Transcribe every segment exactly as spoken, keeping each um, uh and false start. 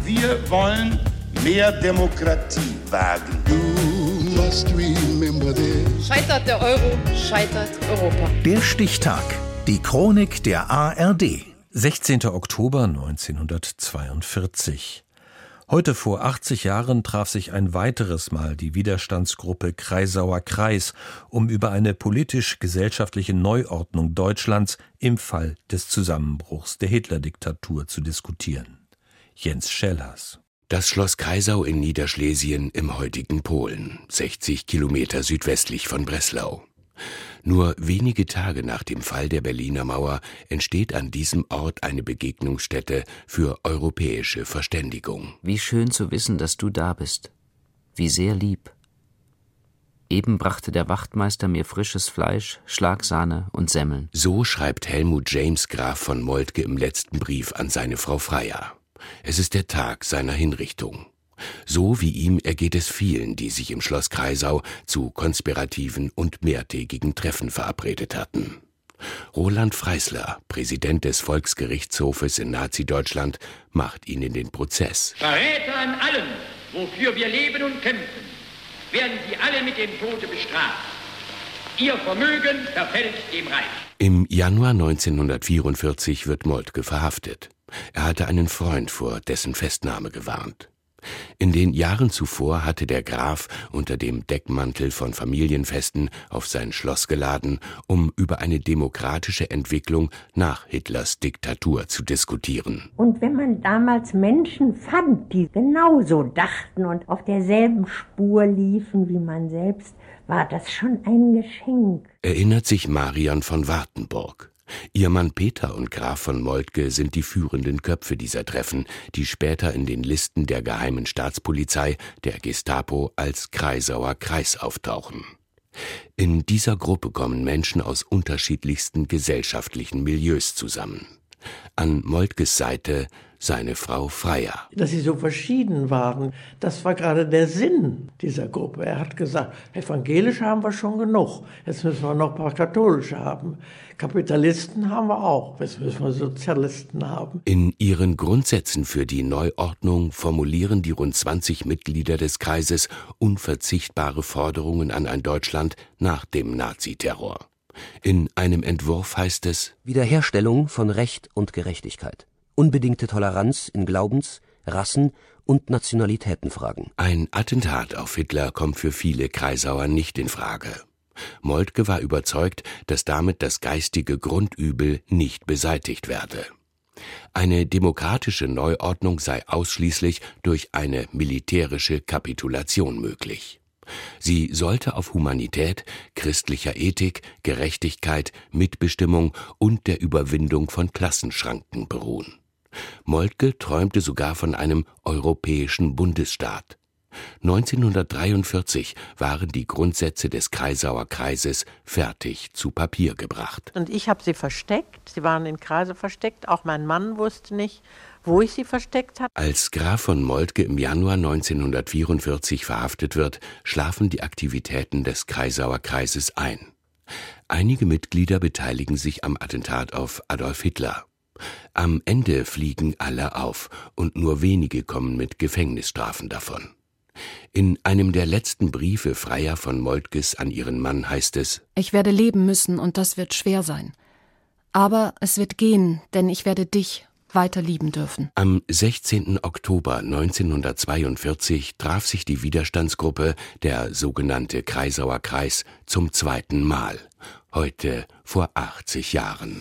Wir wollen mehr Demokratie wagen. You must remember this. Scheitert der Euro, scheitert Europa. Der Stichtag. Die Chronik der A R D. sechzehnter Oktober neunzehnhundertzweiundvierzig. Heute vor achtzig Jahren traf sich ein weiteres Mal die Widerstandsgruppe Kreisauer Kreis, um über eine politisch-gesellschaftliche Neuordnung Deutschlands im Fall des Zusammenbruchs der Hitler-Diktatur zu diskutieren. Jens Schellers. Das Schloss Kreisau in Niederschlesien im heutigen Polen, sechzig Kilometer südwestlich von Breslau. Nur wenige Tage nach dem Fall der Berliner Mauer entsteht an diesem Ort eine Begegnungsstätte für europäische Verständigung. Wie schön zu wissen, dass du da bist. Wie sehr lieb. Eben brachte der Wachtmeister mir frisches Fleisch, Schlagsahne und Semmeln. So schreibt Helmut James Graf von Moltke im letzten Brief an seine Frau Freya. Es ist der Tag seiner Hinrichtung. So wie ihm ergeht es vielen, die sich im Schloss Kreisau zu konspirativen und mehrtägigen Treffen verabredet hatten. Roland Freisler, Präsident des Volksgerichtshofes in Nazi-Deutschland, macht ihn in den Prozess. Verräter an allem, wofür wir leben und kämpfen, werden sie alle mit dem Tode bestraft. Ihr Vermögen verfällt dem Reich. Im Januar neunzehnhundertvierundvierzig wird Moltke verhaftet. Er hatte einen Freund vor dessen Festnahme gewarnt. In den Jahren zuvor hatte der Graf unter dem Deckmantel von Familienfesten auf sein Schloss geladen, um über eine demokratische Entwicklung nach Hitlers Diktatur zu diskutieren. Und wenn man damals Menschen fand, die genauso dachten und auf derselben Spur liefen wie man selbst, war das schon ein Geschenk. Erinnert sich Marion von Wartenburg. Ihr Mann Peter und Graf von Moltke sind die führenden Köpfe dieser Treffen, die später in den Listen der Geheimen Staatspolizei, der Gestapo, als Kreisauer Kreis auftauchen. In dieser Gruppe kommen Menschen aus unterschiedlichsten gesellschaftlichen Milieus zusammen. An Moltkes Seite seine Frau Freya. Dass sie so verschieden waren, das war gerade der Sinn dieser Gruppe. Er hat gesagt, evangelisch haben wir schon genug, jetzt müssen wir noch ein paar katholische haben. Kapitalisten haben wir auch, jetzt müssen wir Sozialisten haben. In ihren Grundsätzen für die Neuordnung formulieren die rund zwanzig Mitglieder des Kreises unverzichtbare Forderungen an ein Deutschland nach dem Naziterror. In einem Entwurf heißt es: Wiederherstellung von Recht und Gerechtigkeit. Unbedingte Toleranz in Glaubens-, Rassen- und Nationalitätenfragen. Ein Attentat auf Hitler kommt für viele Kreisauer nicht in Frage. Moltke war überzeugt, dass damit das geistige Grundübel nicht beseitigt werde. Eine demokratische Neuordnung sei ausschließlich durch eine militärische Kapitulation möglich. Sie sollte auf Humanität, christlicher Ethik, Gerechtigkeit, Mitbestimmung und der Überwindung von Klassenschranken beruhen. Moltke träumte sogar von einem europäischen Bundesstaat. neunzehnhundertdreiundvierzig waren die Grundsätze des Kreisauer Kreises fertig zu Papier gebracht. Und ich habe sie versteckt, sie waren in Kreise versteckt, auch mein Mann wusste nicht, wo ich sie versteckt habe. Als Graf von Moltke im Januar neunzehnhundertvierundvierzig verhaftet wird, schlafen die Aktivitäten des Kreisauer Kreises ein. Einige Mitglieder beteiligen sich am Attentat auf Adolf Hitler. Am Ende fliegen alle auf und nur wenige kommen mit Gefängnisstrafen davon. In einem der letzten Briefe Freya von Moltkes an ihren Mann heißt es: Ich werde leben müssen und das wird schwer sein. Aber es wird gehen, denn ich werde dich weiter lieben dürfen. Am sechzehnten Oktober neunzehnhundertzweiundvierzig traf sich die Widerstandsgruppe, der sogenannte Kreisauer Kreis, zum zweiten Mal. Heute vor achtzig Jahren.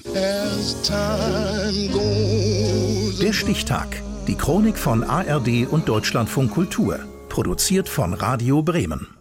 Der Stichtag. Die Chronik von A R D und Deutschlandfunk Kultur. Produziert von Radio Bremen.